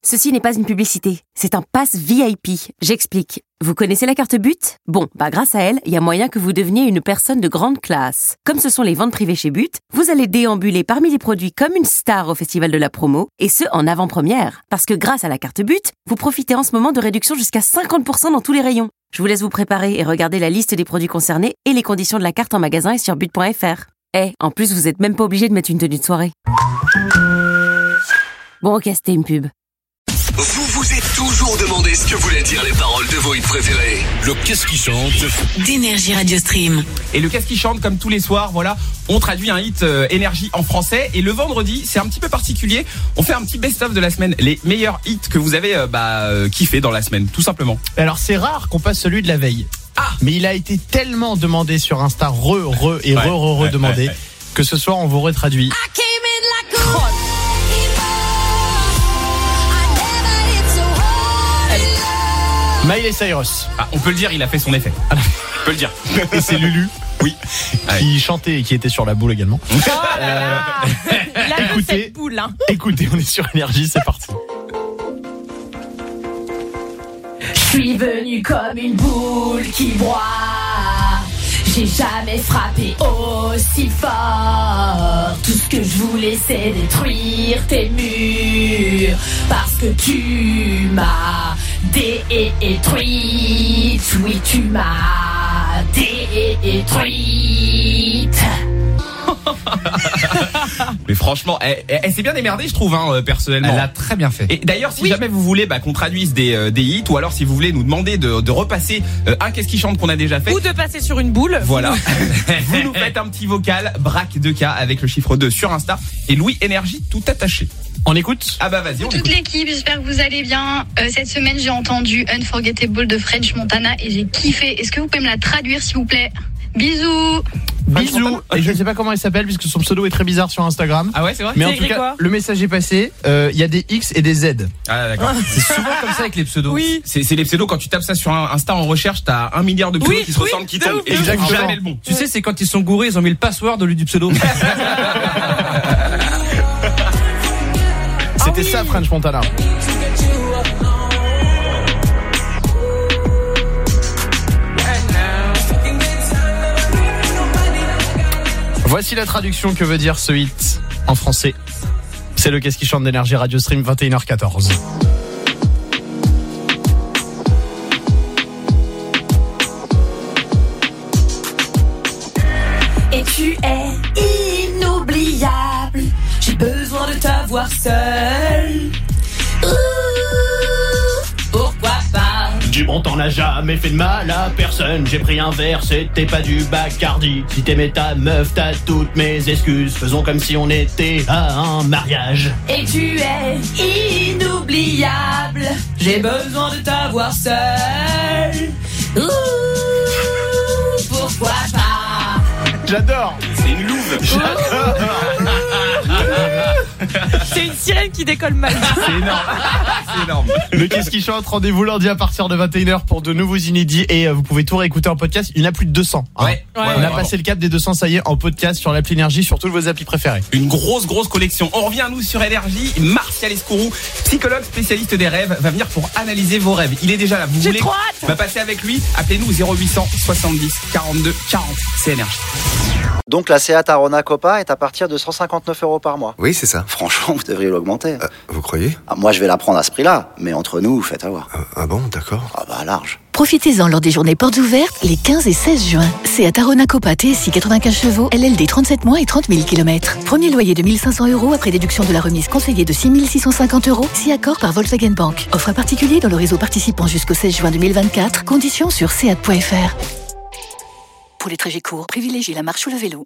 Ceci n'est pas une publicité, c'est un pass VIP. J'explique. Vous connaissez la carte But ? Bon, grâce à elle, il y a moyen que vous deveniez une personne de grande classe. Comme ce sont les ventes privées chez But, vous allez déambuler parmi les produits comme une star au festival de la promo, et ce en avant-première. Parce que grâce à la carte But, vous profitez en ce moment de réductions jusqu'à 50% dans tous les rayons. Je vous laisse vous préparer et regarder la liste des produits concernés et les conditions de la carte en magasin et sur but.fr. En plus, vous êtes même pas obligé de mettre une tenue de soirée. Bon, ok, c'était une pub. Vous vous êtes toujours demandé ce que voulaient dire les paroles de vos hits préférés. Le Qu'est-ce qui chante d'Énergie Radio Stream. Et le Qu'est-ce qui chante, comme tous les soirs, voilà, on traduit un hit Énergie en français. Et le vendredi, c'est un petit peu particulier. On fait un petit best-of de la semaine, les meilleurs hits que vous avez kiffé dans la semaine, tout simplement. Alors c'est rare qu'on passe celui de la veille. Mais il a été tellement demandé sur Insta, demandé, que ce soir on vous retraduit. Miley Cyrus. On peut le dire, il a fait son effet. On peut le dire. Et c'est Lulu. Oui. Qui chantait et qui était sur la boule également. Écoutez, boule, hein. Écoutez, on est sur Énergie, c'est parti. Je suis venue comme une boule qui broie. J'ai jamais frappé aussi fort. Tout ce que je voulais, c'est détruire tes murs. Parce que tu m'as détruite. Oui, tu m'as détruite. Mais franchement, elle s'est bien démerdée, je trouve, personnellement. Elle a très bien fait. Et d'ailleurs, si jamais vous voulez qu'on traduise des hits, ou alors si vous voulez nous demander de repasser un Qu'est-ce qui chante qu'on a déjà fait, ou de passer sur une boule, voilà, vous nous faites un petit vocal, braque 2K avec le chiffre 2 sur Insta, et Louis Énergie tout attaché. On écoute ? Vas-y, on écoute. Toute l'équipe, j'espère que vous allez bien. Cette semaine, j'ai entendu Unforgettable de French Montana et j'ai kiffé. Est-ce que vous pouvez me la traduire, s'il vous plaît ? Bisous. Bisous. Et je ne sais pas comment il s'appelle puisque son pseudo est très bizarre sur Instagram. Ah ouais, c'est vrai. Mais en tout cas, le message est passé. Il y a des X et des Z. Ah d'accord. C'est souvent comme ça avec les pseudos. Oui. C'est les pseudos, quand tu tapes ça sur Insta en recherche, t'as 1 milliard de pseudos qui se ressemblent, qui tombent. Et jamais le bon. Tu sais, c'est quand ils sont gourés, ils ont mis le password au lieu du pseudo. C'était ça, French Montana. Voici la traduction que veut dire ce hit en français. C'est le Qu'est-ce qui chante d'Énergie Radio Stream, 21h14. Et tu es inoubliable. J'ai besoin de t'avoir seul. Pourquoi pas? Du bon temps n'a jamais fait de mal à personne. J'ai pris un verre, c'était pas du Bacardi. Si t'aimais ta meuf, t'as toutes mes excuses. Faisons comme si on était à un mariage. Et tu es inoubliable. J'ai besoin de t'avoir seul. Pourquoi pas? J'adore. C'est une louve. J'adore. C'est une sirène qui décolle mal. C'est énorme. C'est énorme. Le Qu'est-ce qui chante, rendez-vous lundi à partir de 21h pour de nouveaux inédits. Et vous pouvez tout réécouter en podcast. Il y en a plus de 200. Ouais. On a passé le cap des 200, ça y est, en podcast sur l'appli Énergie, sur toutes vos applis préférées. Une grosse collection. On revient à nous sur Énergie. Martial Escourou, psychologue spécialiste des rêves, va venir pour analyser vos rêves. Il est déjà là. Vous J'ai voulez trop hâte. va passer avec lui. Appelez-nous 0800 70 42 40. C'est Énergie. Donc la Seat Arona Copa est à partir de 159 € par mois. Oui, c'est ça. Franchement, vous devriez l'augmenter. Vous croyez ? Moi, je vais la prendre à ce prix-là, mais entre nous, faites avoir. Ah bon, d'accord. Large. Profitez-en lors des journées portes ouvertes les 15 et 16 juin. Seat Arona Copa TSI 95 chevaux, LLD 37 mois et 30 000 km. Premier loyer de 1 500 € après déduction de la remise conseillée de 6 650 €, si accord par Volkswagen Bank. Offre à particulier dans le réseau participant jusqu'au 16 juin 2024. Conditions sur seat.fr. Pour les trajets courts, privilégiez la marche ou le vélo.